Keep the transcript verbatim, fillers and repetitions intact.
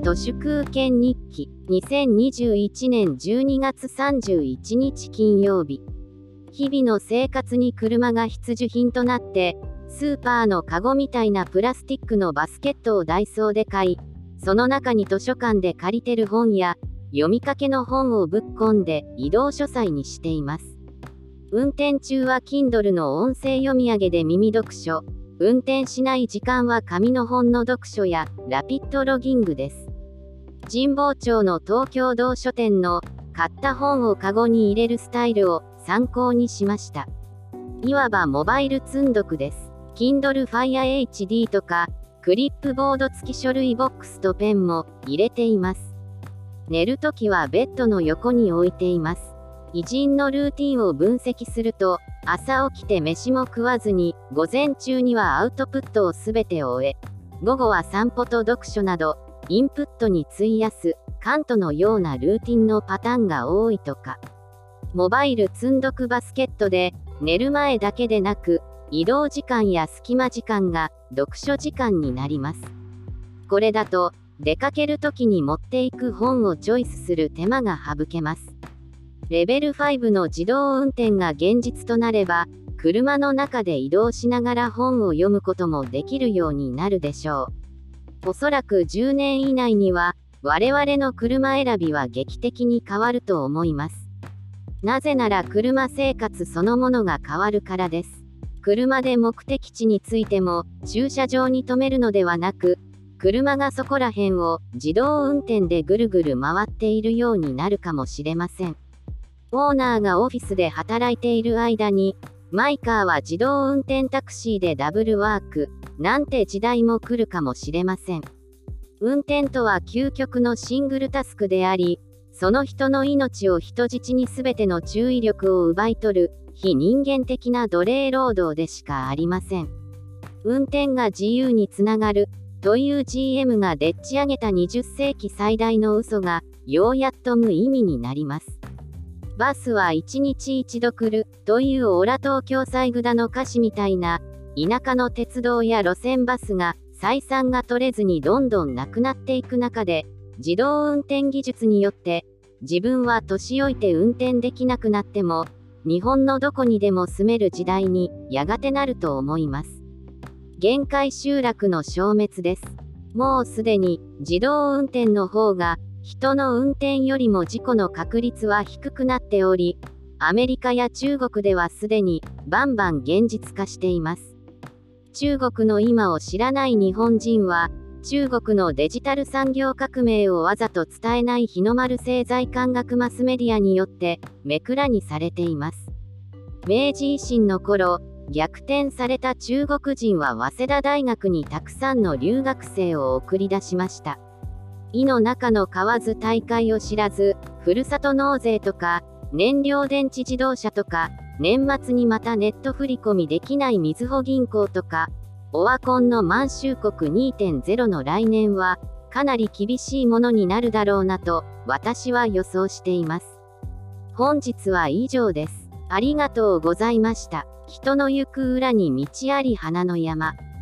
都市空権日記にせんにじゅういちねんじゅうにがつさんじゅういちにち金曜日。日々の生活に車が必需品となって、スーパーのカゴみたいなプラスチックのバスケットをダイソーで買い、その中に図書館で借りてる本や読みかけの本をぶっ込んで移動書斎にしています。運転中は Kindle の音声読み上げで耳読書、運転しない時間は紙の本の読書やラピッドロギングです。神保町の東京堂書店の買った本をカゴに入れるスタイルを参考にしました。いわばモバイル積読です。Kindle Fire エイチディー とかクリップボード付き書類ボックスとペンも入れています。寝るときはベッドの横に置いています。偉人のルーティンを分析すると、朝起きて飯も食わずに、午前中にはアウトプットをすべて終え、午後は散歩と読書など、インプットに費やす、カントのようなルーティンのパターンが多いとか。モバイル積読バスケットで、寝る前だけでなく、移動時間や隙間時間が読書時間になります。これだと、出かけるときに持っていく本をチョイスする手間が省けます。レベルごの自動運転が現実となれば、車の中で移動しながら本を読むこともできるようになるでしょう。おそらくじゅうねん以内には、我々の車選びは劇的に変わると思います。なぜなら車生活そのものが変わるからです。車で目的地に着いても、駐車場に停めるのではなく、車がそこら辺を自動運転でぐるぐる回っているようになるかもしれません。オーナーがオフィスで働いている間に、マイカーは自動運転タクシーでダブルワーク、なんて時代も来るかもしれません。運転とは究極のシングルタスクであり、その人の命を人質に全ての注意力を奪い取る、非人間的な奴隷労働でしかありません。運転が自由につながる、という ジーエム がでっち上げたにじゅっせいき最大の嘘が、ようやっと無意味になります。バスはいちにちいちど来る、というオラ東京西グダの歌詞みたいな、田舎の鉄道や路線バスが、採算が取れずにどんどんなくなっていく中で、自動運転技術によって、自分は年老いて運転できなくなっても、日本のどこにでも住める時代に、やがてなると思います。限界集落の消滅です。もうすでに、自動運転の方が、人の運転よりも事故の確率は低くなっており、アメリカや中国ではすでにバンバン現実化しています。中国の今を知らない日本人は、中国のデジタル産業革命をわざと伝えない日の丸政財官学マスメディアによって目くらにされています。明治維新の頃、逆転された中国人は早稲田大学にたくさんの留学生を送り出しました。井の中の蛙大海を知らず、ふるさと納税とか、燃料電池自動車とか、年末にまたネット振り込みできないみずほ銀行とか、オワコンの満州国 にてんゼロ の来年は、かなり厳しいものになるだろうなと、私は予想しています。本日は以上です。ありがとうございました。人の行く裏に道あり花の山。